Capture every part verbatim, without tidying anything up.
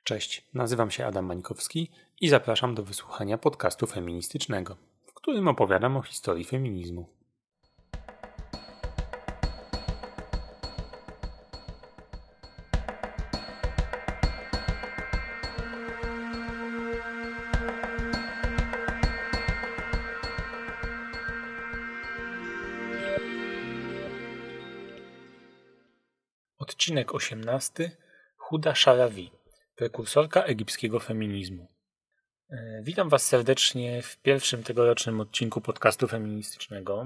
Cześć, nazywam się Adam Mańkowski i zapraszam do wysłuchania podcastu feministycznego, w którym opowiadam o historii feminizmu. Odcinek osiemnasty. Huda Sha'arawi, prekursorka egipskiego feminizmu. Witam Was serdecznie w pierwszym tegorocznym odcinku podcastu feministycznego.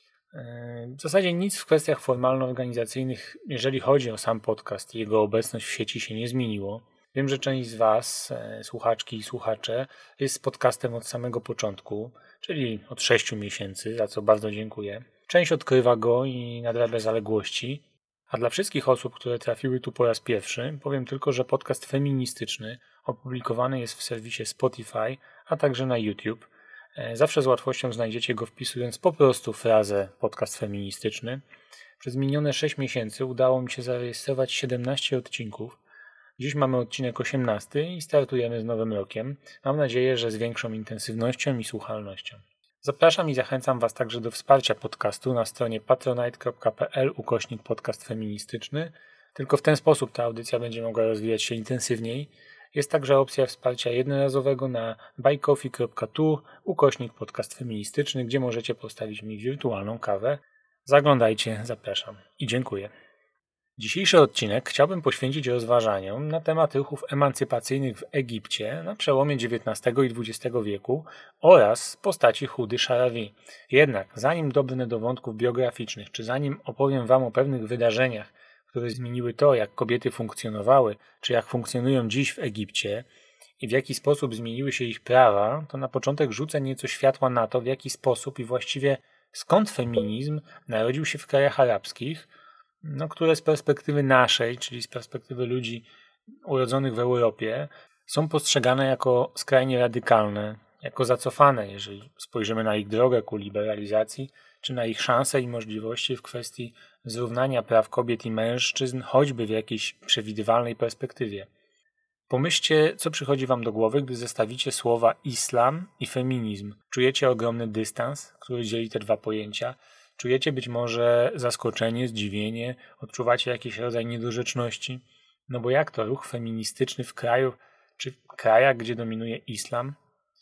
W zasadzie nic w kwestiach formalno-organizacyjnych, jeżeli chodzi o sam podcast i jego obecność w sieci, się nie zmieniło. Wiem, że część z Was, słuchaczki i słuchacze, jest z podcastem od samego początku, czyli od sześciu miesięcy, za co bardzo dziękuję. Część odkrywa go i nadrabia zaległości. A dla wszystkich osób, które trafiły tu po raz pierwszy, powiem tylko, że podcast feministyczny opublikowany jest w serwisie Spotify, a także na YouTube. Zawsze z łatwością znajdziecie go, wpisując po prostu frazę podcast feministyczny. Przez minione sześć miesięcy udało mi się zarejestrować siedemnaście odcinków. Dziś mamy odcinek osiemnasty i startujemy z nowym rokiem. Mam nadzieję, że z większą intensywnością i słuchalnością. Zapraszam i zachęcam Was także do wsparcia podcastu na stronie patronite.pl ukośnik podcast feministyczny. Tylko w ten sposób ta audycja będzie mogła rozwijać się intensywniej. Jest także opcja wsparcia jednorazowego na buycoffee.tu ukośnik podcast feministyczny, gdzie możecie postawić mi wirtualną kawę. Zaglądajcie, zapraszam i dziękuję. Dzisiejszy odcinek chciałbym poświęcić rozważaniom na temat ruchów emancypacyjnych w Egipcie na przełomie dziewiętnastego i dwudziestego wieku oraz postaci Hudy Sha'arawi. Jednak zanim dobrnę do wątków biograficznych, czy zanim opowiem Wam o pewnych wydarzeniach, które zmieniły to, jak kobiety funkcjonowały, czy jak funkcjonują dziś w Egipcie i w jaki sposób zmieniły się ich prawa, to na początek rzucę nieco światła na to, w jaki sposób i właściwie skąd feminizm narodził się w krajach arabskich, no, które z perspektywy naszej, czyli z perspektywy ludzi urodzonych w Europie, są postrzegane jako skrajnie radykalne, jako zacofane, jeżeli spojrzymy na ich drogę ku liberalizacji, czy na ich szanse i możliwości w kwestii zrównania praw kobiet i mężczyzn, choćby w jakiejś przewidywalnej perspektywie. Pomyślcie, co przychodzi Wam do głowy, gdy zestawicie słowa islam i feminizm. Czujecie ogromny dystans, który dzieli te dwa pojęcia. Czujecie być może zaskoczenie, zdziwienie, odczuwacie jakiś rodzaj niedorzeczności. No bo jak to ruch feministyczny w kraju, czy w krajach, gdzie dominuje islam?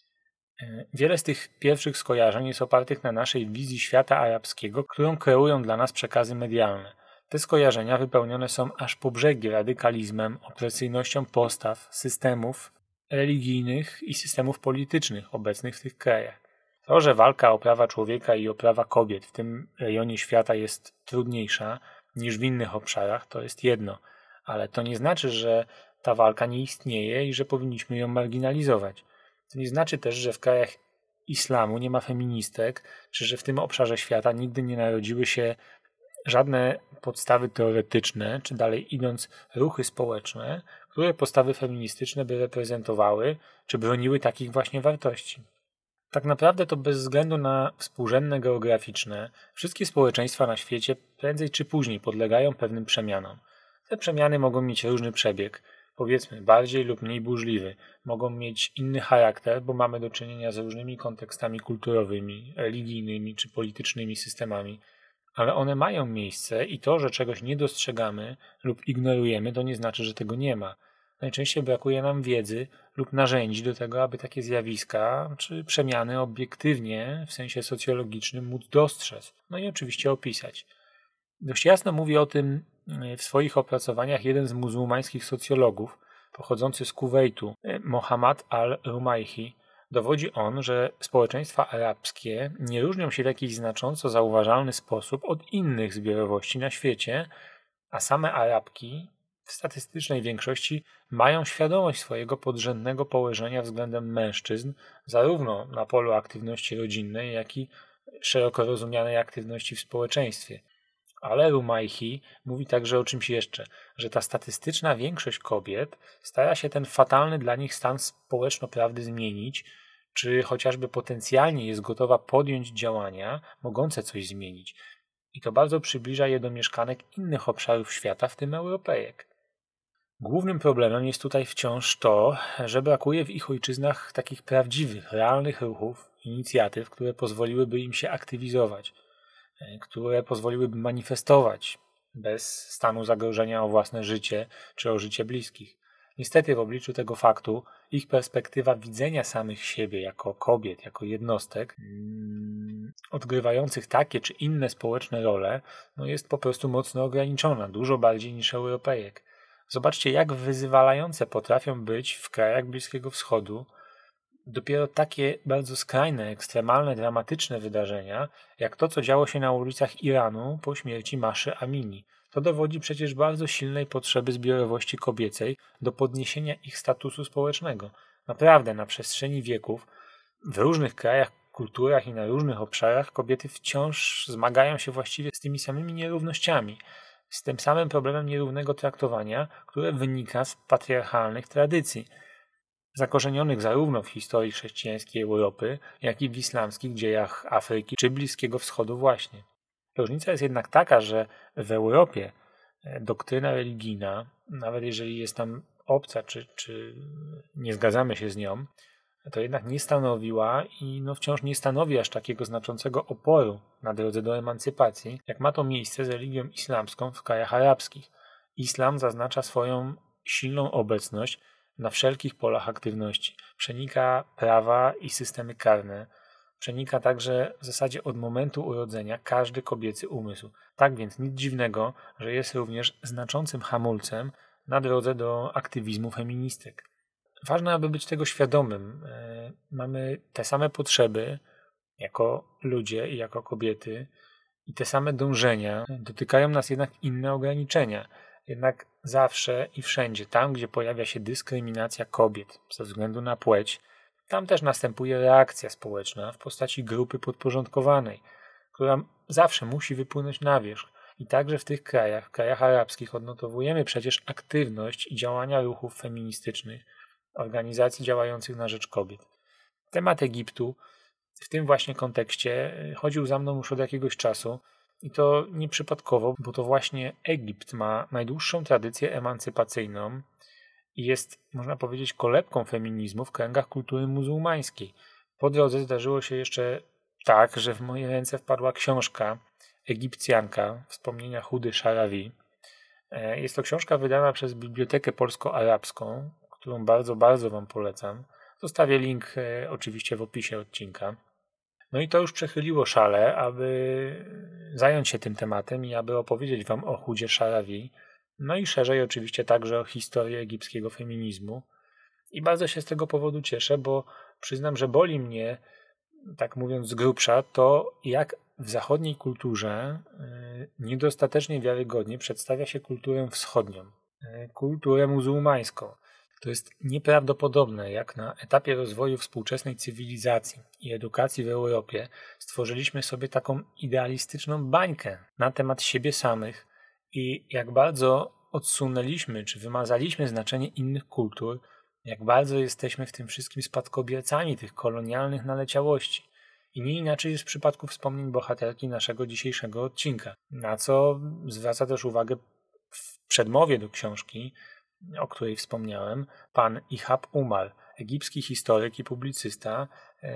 Wiele z tych pierwszych skojarzeń jest opartych na naszej wizji świata arabskiego, którą kreują dla nas przekazy medialne. Te skojarzenia wypełnione są aż po brzegi radykalizmem, opresyjnością postaw, systemów religijnych i systemów politycznych obecnych w tych krajach. To, że walka o prawa człowieka i o prawa kobiet w tym rejonie świata jest trudniejsza niż w innych obszarach, to jest jedno, ale to nie znaczy, że ta walka nie istnieje i że powinniśmy ją marginalizować. To nie znaczy też, że w krajach islamu nie ma feministek, czy że w tym obszarze świata nigdy nie narodziły się żadne podstawy teoretyczne, czy dalej idąc ruchy społeczne, które postawy feministyczne by reprezentowały, czy broniły takich właśnie wartości. Tak naprawdę to bez względu na współrzędne geograficzne, wszystkie społeczeństwa na świecie prędzej czy później podlegają pewnym przemianom. Te przemiany mogą mieć różny przebieg, powiedzmy bardziej lub mniej burzliwy, mogą mieć inny charakter, bo mamy do czynienia z różnymi kontekstami kulturowymi, religijnymi czy politycznymi systemami, ale one mają miejsce i to, że czegoś nie dostrzegamy lub ignorujemy, to nie znaczy, że tego nie ma. Najczęściej brakuje nam wiedzy lub narzędzi do tego, aby takie zjawiska czy przemiany obiektywnie, w sensie socjologicznym, móc dostrzec, no i oczywiście opisać. Dość jasno mówi o tym w swoich opracowaniach jeden z muzułmańskich socjologów, pochodzący z Kuwejtu, Mohammad al-Rumaihi. Dowodzi on, że społeczeństwa arabskie nie różnią się w jakiś znacząco zauważalny sposób od innych zbiorowości na świecie, a same Arabki w statystycznej większości mają świadomość swojego podrzędnego położenia względem mężczyzn, zarówno na polu aktywności rodzinnej, jak i szeroko rozumianej aktywności w społeczeństwie. Ale Rumaihi mówi także o czymś jeszcze, że ta statystyczna większość kobiet stara się ten fatalny dla nich stan społeczno-prawny zmienić, czy chociażby potencjalnie jest gotowa podjąć działania mogące coś zmienić. I to bardzo przybliża je do mieszkanek innych obszarów świata, w tym Europejek. Głównym problemem jest tutaj wciąż to, że brakuje w ich ojczyznach takich prawdziwych, realnych ruchów, inicjatyw, które pozwoliłyby im się aktywizować, które pozwoliłyby manifestować bez stanu zagrożenia o własne życie czy o życie bliskich. Niestety w obliczu tego faktu ich perspektywa widzenia samych siebie jako kobiet, jako jednostek mm, odgrywających takie czy inne społeczne role no jest po prostu mocno ograniczona, dużo bardziej niż Europejek. Zobaczcie, jak wyzwalające potrafią być w krajach Bliskiego Wschodu dopiero takie bardzo skrajne, ekstremalne, dramatyczne wydarzenia, jak to, co działo się na ulicach Iranu po śmierci Maszy Amini. To dowodzi przecież bardzo silnej potrzeby zbiorowości kobiecej do podniesienia ich statusu społecznego. Naprawdę, na przestrzeni wieków, w różnych krajach, kulturach i na różnych obszarach kobiety wciąż zmagają się właściwie z tymi samymi nierównościami, z tym samym problemem nierównego traktowania, które wynika z patriarchalnych tradycji, zakorzenionych zarówno w historii chrześcijańskiej Europy, jak i w islamskich dziejach Afryki czy Bliskiego Wschodu właśnie. Różnica jest jednak taka, że w Europie doktryna religijna, nawet jeżeli jest tam obca, czy, czy nie zgadzamy się z nią, to jednak nie stanowiła i no wciąż nie stanowi aż takiego znaczącego oporu na drodze do emancypacji, jak ma to miejsce z religią islamską w krajach arabskich. Islam zaznacza swoją silną obecność na wszelkich polach aktywności. Przenika prawa i systemy karne. Przenika także w zasadzie od momentu urodzenia każdy kobiecy umysł. Tak więc nic dziwnego, że jest również znaczącym hamulcem na drodze do aktywizmu feministek. Ważne, aby być tego świadomym. Mamy te same potrzeby jako ludzie i jako kobiety i te same dążenia. Dotykają nas jednak inne ograniczenia. Jednak zawsze i wszędzie, tam gdzie pojawia się dyskryminacja kobiet ze względu na płeć, tam też następuje reakcja społeczna w postaci grupy podporządkowanej, która zawsze musi wypłynąć na wierzch. I także w tych krajach, w krajach arabskich odnotowujemy przecież aktywność i działania ruchów feministycznych, organizacji działających na rzecz kobiet. Temat Egiptu w tym właśnie kontekście chodził za mną już od jakiegoś czasu i to nieprzypadkowo, bo to właśnie Egipt ma najdłuższą tradycję emancypacyjną i jest, można powiedzieć, kolebką feminizmu w kręgach kultury muzułmańskiej. Po drodze zdarzyło się jeszcze tak, że w moje ręce wpadła książka Egipcjanka, wspomnienia Hudy Sharawi. Jest to książka wydana przez Bibliotekę Polsko-Arabską, którą bardzo, bardzo Wam polecam. Zostawię link e, oczywiście w opisie odcinka. No i to już przechyliło szale, aby zająć się tym tematem i aby opowiedzieć Wam o Hudzie Sharawi, no i szerzej oczywiście także o historii egipskiego feminizmu. I bardzo się z tego powodu cieszę, bo przyznam, że boli mnie, tak mówiąc z grubsza, to jak w zachodniej kulturze y, niedostatecznie wiarygodnie przedstawia się kulturę wschodnią, y, kulturę muzułmańską. To jest nieprawdopodobne, jak na etapie rozwoju współczesnej cywilizacji i edukacji w Europie stworzyliśmy sobie taką idealistyczną bańkę na temat siebie samych i jak bardzo odsunęliśmy czy wymazaliśmy znaczenie innych kultur, jak bardzo jesteśmy w tym wszystkim spadkobiercami tych kolonialnych naleciałości. I nie inaczej jest w przypadku wspomnień bohaterki naszego dzisiejszego odcinka, na co zwraca też uwagę w przedmowie do książki, o której wspomniałem, pan Ihab Umar, egipski historyk i publicysta,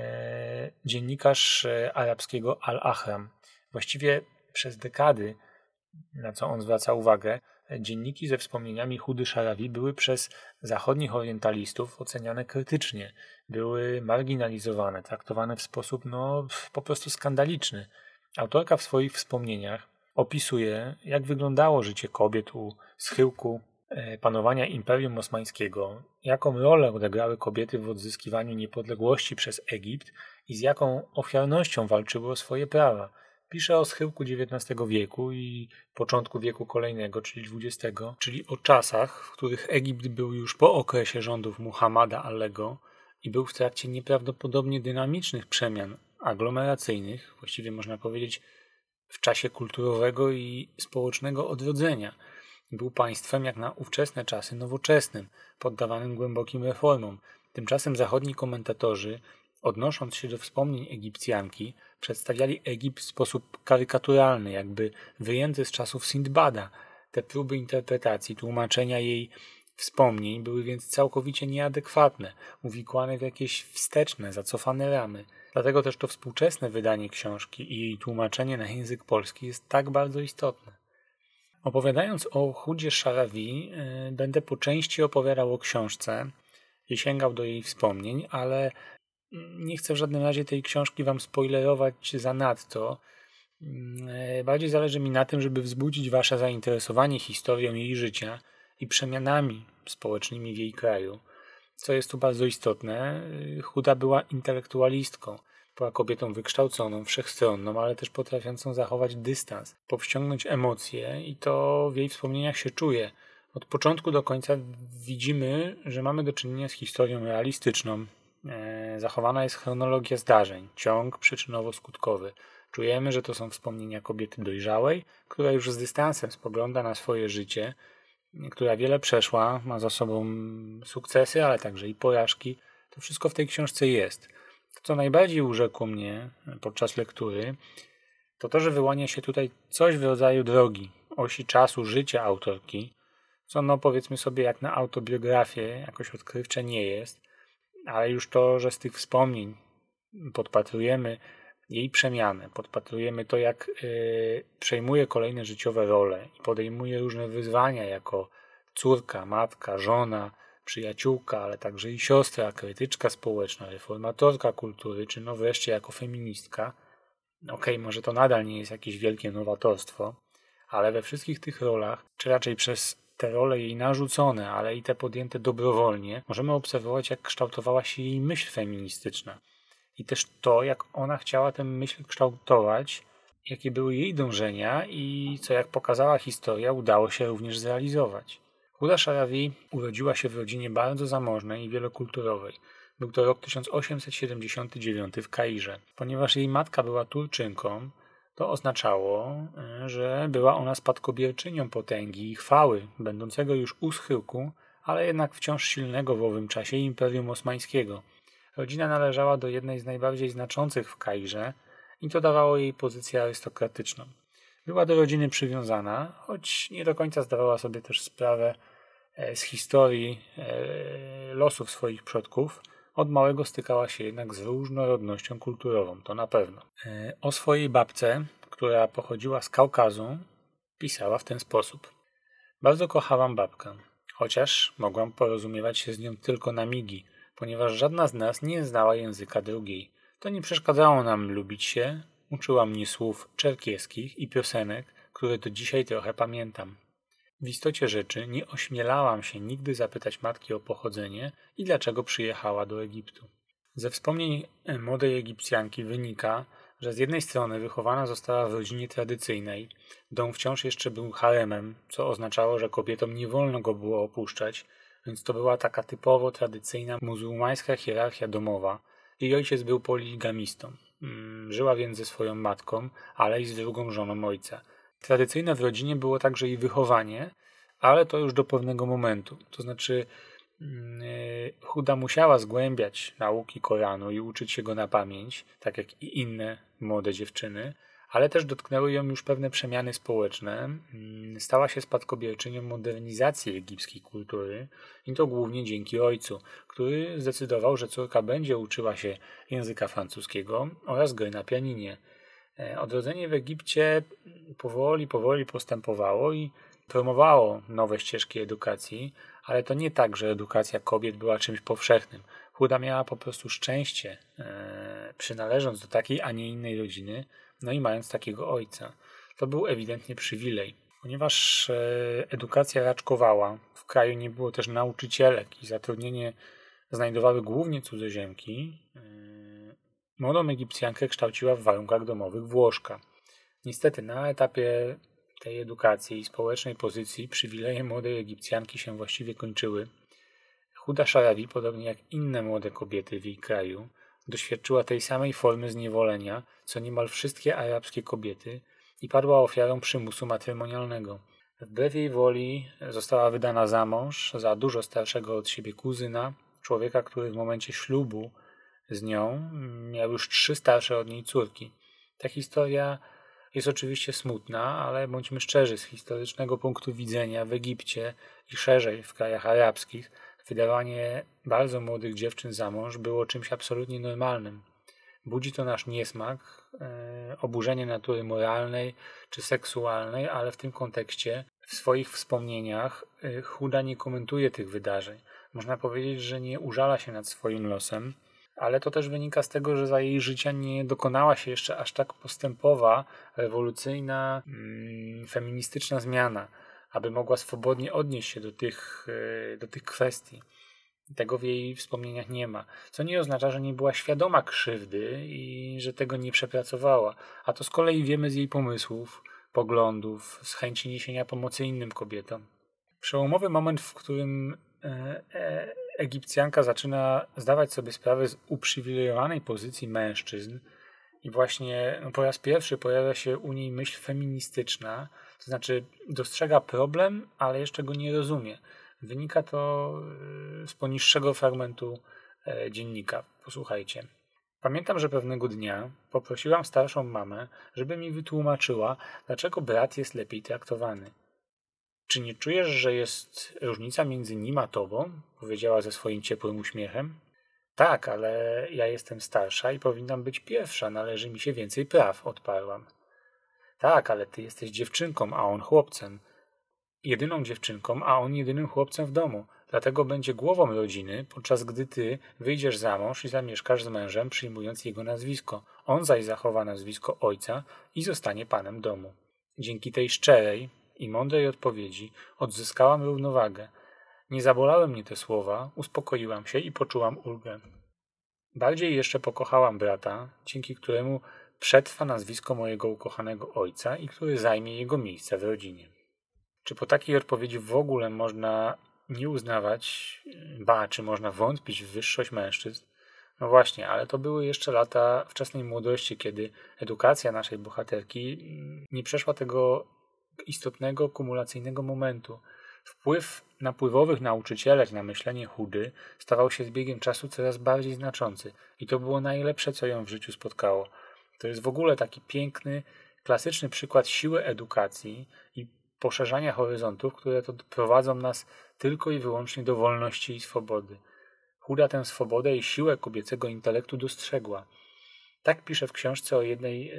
e, dziennikarz e, arabskiego Al-Ahram. Właściwie przez dekady, na co on zwraca uwagę, dzienniki ze wspomnieniami Hudy Sharawi były przez zachodnich orientalistów oceniane krytycznie, były marginalizowane, traktowane w sposób no, po prostu skandaliczny. Autorka w swoich wspomnieniach opisuje, jak wyglądało życie kobiet u schyłku panowania Imperium Osmańskiego, jaką rolę odegrały kobiety w odzyskiwaniu niepodległości przez Egipt i z jaką ofiarnością walczyły o swoje prawa. Pisze o schyłku dziewiętnastego wieku i początku wieku kolejnego, czyli dwudziestego, czyli o czasach, w których Egipt był już po okresie rządów Muhammada Allego i był w trakcie nieprawdopodobnie dynamicznych przemian aglomeracyjnych, właściwie można powiedzieć w czasie kulturowego i społecznego odrodzenia. Był państwem jak na ówczesne czasy nowoczesnym, poddawanym głębokim reformom. Tymczasem zachodni komentatorzy, odnosząc się do wspomnień Egipcjanki, przedstawiali Egipt w sposób karykaturalny, jakby wyjęty z czasów Sindbada. Te próby interpretacji, tłumaczenia jej wspomnień były więc całkowicie nieadekwatne, uwikłane w jakieś wsteczne, zacofane ramy. Dlatego też to współczesne wydanie książki i jej tłumaczenie na język polski jest tak bardzo istotne. Opowiadając o Hudzie Sharawi, yy, będę po części opowiadał o książce i sięgał do jej wspomnień, ale nie chcę w żadnym razie tej książki wam spoilerować zanadto. Yy, bardziej zależy mi na tym, żeby wzbudzić wasze zainteresowanie historią jej życia i przemianami społecznymi w jej kraju. Co jest tu bardzo istotne, Huda była intelektualistką. Była kobietą wykształconą, wszechstronną, ale też potrafiącą zachować dystans, powściągnąć emocje i to w jej wspomnieniach się czuje. Od początku do końca widzimy, że mamy do czynienia z historią realistyczną. E, zachowana jest chronologia zdarzeń, ciąg przyczynowo-skutkowy. Czujemy, że to są wspomnienia kobiety dojrzałej, która już z dystansem spogląda na swoje życie, która wiele przeszła, ma za sobą sukcesy, ale także i porażki. To wszystko w tej książce jest. To, co najbardziej urzekło mnie podczas lektury, to to, że wyłania się tutaj coś w rodzaju drogi, osi czasu życia autorki, co no powiedzmy sobie jak na autobiografię jakoś odkrywcze nie jest, ale już to, że z tych wspomnień podpatrujemy jej przemianę, podpatrujemy to, jak yy, przejmuje kolejne życiowe role i podejmuje różne wyzwania jako córka, matka, żona, przyjaciółka, ale także i siostra, krytyczka społeczna, reformatorka kultury, czy no wreszcie jako feministka. Okej, okay, może to nadal nie jest jakieś wielkie nowatorstwo, ale we wszystkich tych rolach, czy raczej przez te role jej narzucone, ale i te podjęte dobrowolnie, możemy obserwować, jak kształtowała się jej myśl feministyczna. I też to, jak ona chciała tę myśl kształtować, jakie były jej dążenia i co, jak pokazała historia, udało się również zrealizować. Huda Sharawi urodziła się w rodzinie bardzo zamożnej i wielokulturowej. Był to rok tysiąc osiemset siedemdziesiąty dziewiąty w Kairze. Ponieważ jej matka była Turczynką, to oznaczało, że była ona spadkobierczynią potęgi i chwały, będącego już u schyłku, ale jednak wciąż silnego w owym czasie Imperium Osmańskiego. Rodzina należała do jednej z najbardziej znaczących w Kairze i to dawało jej pozycję arystokratyczną. Była do rodziny przywiązana, choć nie do końca zdawała sobie też sprawę z historii losów swoich przodków. Od małego stykała się jednak z różnorodnością kulturową, to na pewno. O swojej babce, która pochodziła z Kaukazu, pisała w ten sposób. Bardzo kochałam babkę, chociaż mogłam porozumiewać się z nią tylko na migi, ponieważ żadna z nas nie znała języka drugiej. To nie przeszkadzało nam lubić się, uczyła mnie słów czerkieskich i piosenek, które do dzisiaj trochę pamiętam. W istocie rzeczy nie ośmielałam się nigdy zapytać matki o pochodzenie i dlaczego przyjechała do Egiptu. Ze wspomnień młodej Egipcjanki wynika, że z jednej strony wychowana została w rodzinie tradycyjnej, dom wciąż jeszcze był haremem, co oznaczało, że kobietom nie wolno go było opuszczać, więc to była taka typowo tradycyjna muzułmańska hierarchia domowa. Jej ojciec był poligamistą. Żyła więc ze swoją matką, ale i z drugą żoną ojca. Tradycyjne w rodzinie było także i wychowanie, ale to już do pewnego momentu. To znaczy Huda musiała zgłębiać nauki Koranu i uczyć się go na pamięć, tak jak i inne młode dziewczyny, ale też dotknęły ją już pewne przemiany społeczne. Stała się spadkobierczynią modernizacji egipskiej kultury i to głównie dzięki ojcu, który zdecydował, że córka będzie uczyła się języka francuskiego oraz gry na pianinie. Odrodzenie w Egipcie powoli, powoli postępowało i promowało nowe ścieżki edukacji, ale to nie tak, że edukacja kobiet była czymś powszechnym. Huda miała po prostu szczęście, e, przynależąc do takiej, a nie innej rodziny, no i mając takiego ojca. To był ewidentnie przywilej. Ponieważ e, edukacja raczkowała, w kraju nie było też nauczycielek i zatrudnienie znajdowały głównie cudzoziemki, e, młodą Egipcjankę kształciła w warunkach domowych Włoszka. Niestety na etapie tej edukacji i społecznej pozycji przywileje młodej Egipcjanki się właściwie kończyły. Huda Sharawi, podobnie jak inne młode kobiety w jej kraju, doświadczyła tej samej formy zniewolenia, co niemal wszystkie arabskie kobiety i padła ofiarą przymusu matrymonialnego. Wbrew jej woli została wydana za mąż za dużo starszego od siebie kuzyna, człowieka, który w momencie ślubu z nią miał już trzy starsze od niej córki. Ta historia jest oczywiście smutna, ale bądźmy szczerzy, z historycznego punktu widzenia w Egipcie i szerzej w krajach arabskich wydawanie bardzo młodych dziewczyn za mąż było czymś absolutnie normalnym. Budzi to nasz niesmak, e, oburzenie natury moralnej czy seksualnej, ale w tym kontekście w swoich wspomnieniach e, Huda nie komentuje tych wydarzeń. Można powiedzieć, że nie użala się nad swoim losem, ale to też wynika z tego, że za jej życia nie dokonała się jeszcze aż tak postępowa, rewolucyjna, mm, feministyczna zmiana, aby mogła swobodnie odnieść się do tych, e, do tych kwestii. Tego w jej wspomnieniach nie ma. Co nie oznacza, że nie była świadoma krzywdy i że tego nie przepracowała. A to z kolei wiemy z jej pomysłów, poglądów, z chęci niesienia pomocy innym kobietom. Przełomowy moment, w którym e, e, Egipcjanka zaczyna zdawać sobie sprawę z uprzywilejowanej pozycji mężczyzn i właśnie po raz pierwszy pojawia się u niej myśl feministyczna, to znaczy dostrzega problem, ale jeszcze go nie rozumie. Wynika to z poniższego fragmentu dziennika. Posłuchajcie. Pamiętam, że pewnego dnia poprosiłam starszą mamę, żeby mi wytłumaczyła, dlaczego brat jest lepiej traktowany. Czy nie czujesz, że jest różnica między nim a tobą? Powiedziała ze swoim ciepłym uśmiechem. Tak, ale ja jestem starsza i powinnam być pierwsza, należy mi się więcej praw, odparłam. Tak, ale ty jesteś dziewczynką, a on chłopcem. Jedyną dziewczynką, a on jedynym chłopcem w domu. Dlatego będzie głową rodziny, podczas gdy ty wyjdziesz za mąż i zamieszkasz z mężem, przyjmując jego nazwisko. On zaś zachowa nazwisko ojca i zostanie panem domu. Dzięki tej szczerej i mądrej odpowiedzi odzyskałam równowagę. Nie zabolały mnie te słowa, uspokoiłam się i poczułam ulgę. Bardziej jeszcze pokochałam brata, dzięki któremu przetrwa nazwisko mojego ukochanego ojca i który zajmie jego miejsce w rodzinie. Czy po takiej odpowiedzi w ogóle można nie uznawać, ba, czy można wątpić w wyższość mężczyzn? No właśnie, ale to były jeszcze lata wczesnej młodości, kiedy edukacja naszej bohaterki nie przeszła tego istotnego, kumulacyjnego momentu. Wpływ napływowych nauczycielek na myślenie Hudy stawał się z biegiem czasu coraz bardziej znaczący i to było najlepsze, co ją w życiu spotkało. To jest w ogóle taki piękny, klasyczny przykład siły edukacji i poszerzania horyzontów, które to prowadzą nas tylko i wyłącznie do wolności i swobody. Huda tę swobodę i siłę kobiecego intelektu dostrzegła. Tak pisze w książce o jednej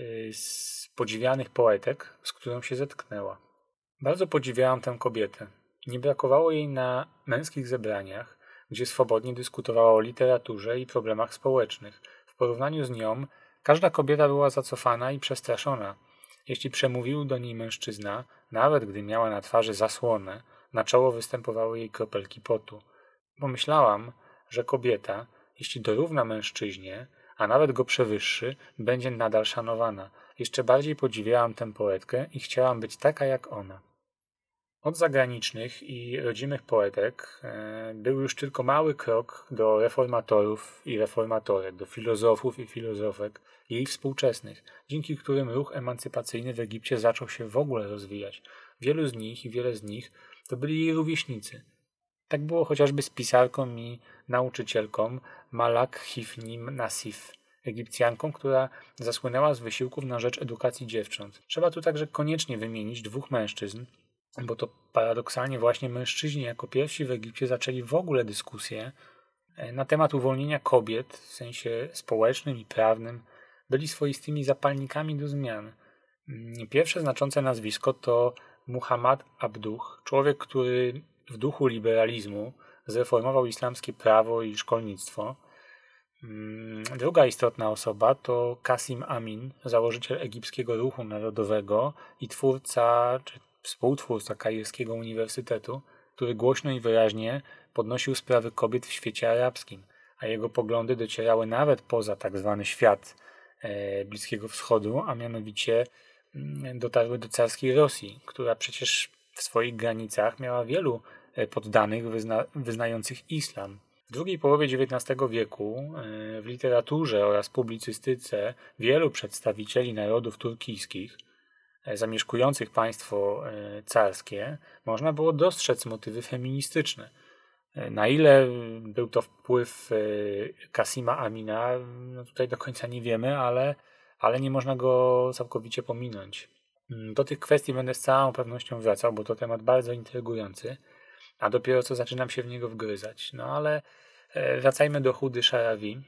z podziwianych poetek, z którą się zetknęła. Bardzo podziwiałam tę kobietę. Nie brakowało jej na męskich zebraniach, gdzie swobodnie dyskutowała o literaturze i problemach społecznych. W porównaniu z nią każda kobieta była zacofana i przestraszona. Jeśli przemówił do niej mężczyzna, nawet gdy miała na twarzy zasłonę, na czoło występowały jej kropelki potu. Pomyślałam, że kobieta, jeśli dorówna mężczyźnie, a nawet go przewyższy, będzie nadal szanowana. Jeszcze bardziej podziwiałam tę poetkę i chciałam być taka jak ona. Od zagranicznych i rodzimych poetek e, był już tylko mały krok do reformatorów i reformatorek, do filozofów i filozofek jej współczesnych, dzięki którym ruch emancypacyjny w Egipcie zaczął się w ogóle rozwijać. Wielu z nich i wiele z nich to byli jej rówieśnicy. Tak było chociażby z pisarką i nauczycielką Malak Hifnim Nasif, Egipcjanką, która zasłynęła z wysiłków na rzecz edukacji dziewcząt. Trzeba tu także koniecznie wymienić dwóch mężczyzn, bo to paradoksalnie właśnie mężczyźni jako pierwsi w Egipcie zaczęli w ogóle dyskusję na temat uwolnienia kobiet w sensie społecznym i prawnym. Byli swoistymi zapalnikami do zmian. Pierwsze znaczące nazwisko to Muhammad Abduh, człowiek, który w duchu liberalizmu zreformował islamskie prawo i szkolnictwo. Druga istotna osoba to Kasim Amin, założyciel Egipskiego Ruchu Narodowego i twórca, czy współtwórca Kairskiego Uniwersytetu, który głośno i wyraźnie podnosił sprawy kobiet w świecie arabskim, a jego poglądy docierały nawet poza tak zwany świat e, Bliskiego Wschodu, a mianowicie m, dotarły do carskiej Rosji, która przecież w swoich granicach miała wielu e, poddanych wyzna, wyznających islam. W drugiej połowie dziewiętnastego wieku e, w literaturze oraz publicystyce wielu przedstawicieli narodów turkijskich zamieszkujących państwo carskie można było dostrzec motywy feministyczne. Na ile był to wpływ Kasima Amina, no tutaj do końca nie wiemy, ale ale nie można go całkowicie pominąć. Do tych kwestii będę z całą pewnością wracał, bo to temat bardzo intrygujący, a dopiero co zaczynam się w niego wgryzać. No ale wracajmy do Hudy Sha'arawi.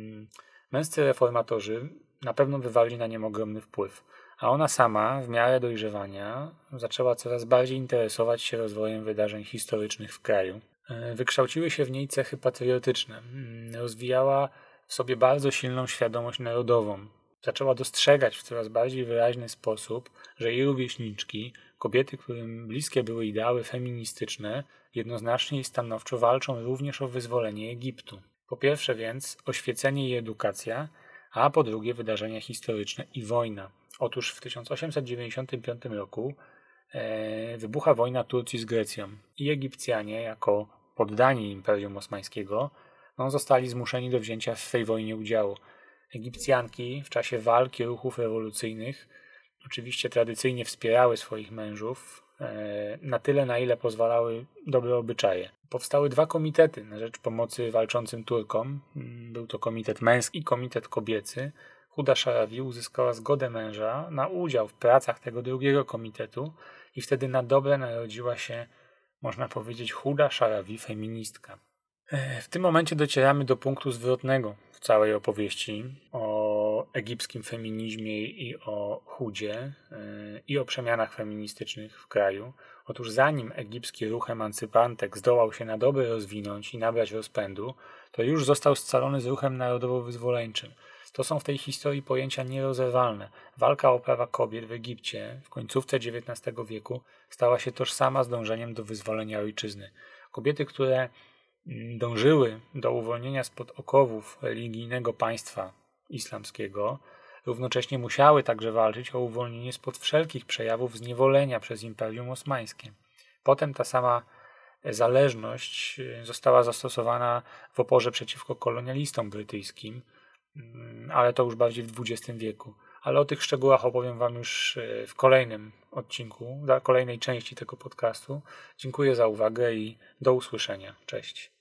Męscy reformatorzy na pewno wywarli na nią ogromny wpływ, a ona sama w miarę dojrzewania zaczęła coraz bardziej interesować się rozwojem wydarzeń historycznych w kraju. Wykształciły się w niej cechy patriotyczne. Rozwijała w sobie bardzo silną świadomość narodową. Zaczęła dostrzegać w coraz bardziej wyraźny sposób, że jej rówieśniczki, kobiety, którym bliskie były ideały feministyczne, jednoznacznie i stanowczo walczą również o wyzwolenie Egiptu. Po pierwsze więc oświecenie i edukacja, a po drugie wydarzenia historyczne i wojna. Otóż w tysiąc osiemset dziewięćdziesiątym piątym roku e, wybucha wojna Turcji z Grecją i Egipcjanie jako poddani Imperium Osmańskiego no, zostali zmuszeni do wzięcia w tej wojnie udziału. Egipcjanki w czasie walki ruchów rewolucyjnych oczywiście tradycyjnie wspierały swoich mężów e, na tyle, na ile pozwalały dobre obyczaje. Powstały dwa komitety na rzecz pomocy walczącym Turkom. Był to komitet męski i komitet kobiecy. Huda Sha'arawi uzyskała zgodę męża na udział w pracach tego drugiego komitetu i wtedy na dobre narodziła się, można powiedzieć, Huda Sha'arawi feministka. W tym momencie docieramy do punktu zwrotnego w całej opowieści o egipskim feminizmie i o Hudzie i o przemianach feministycznych w kraju. Otóż zanim egipski ruch emancypantek zdołał się na dobre rozwinąć i nabrać rozpędu, to już został scalony z ruchem narodowo-wyzwoleńczym. To są w tej historii pojęcia nierozerwalne. Walka o prawa kobiet w Egipcie w końcówce dziewiętnastego wieku stała się tożsama z dążeniem do wyzwolenia ojczyzny. Kobiety, które dążyły do uwolnienia spod okowów religijnego państwa islamskiego, równocześnie musiały także walczyć o uwolnienie spod wszelkich przejawów zniewolenia przez Imperium Osmańskie. Potem ta sama zależność została zastosowana w oporze przeciwko kolonialistom brytyjskim, ale to już bardziej w dwudziestym wieku. Ale o tych szczegółach opowiem Wam już w kolejnym odcinku, w kolejnej części tego podcastu. Dziękuję za uwagę i do usłyszenia. Cześć.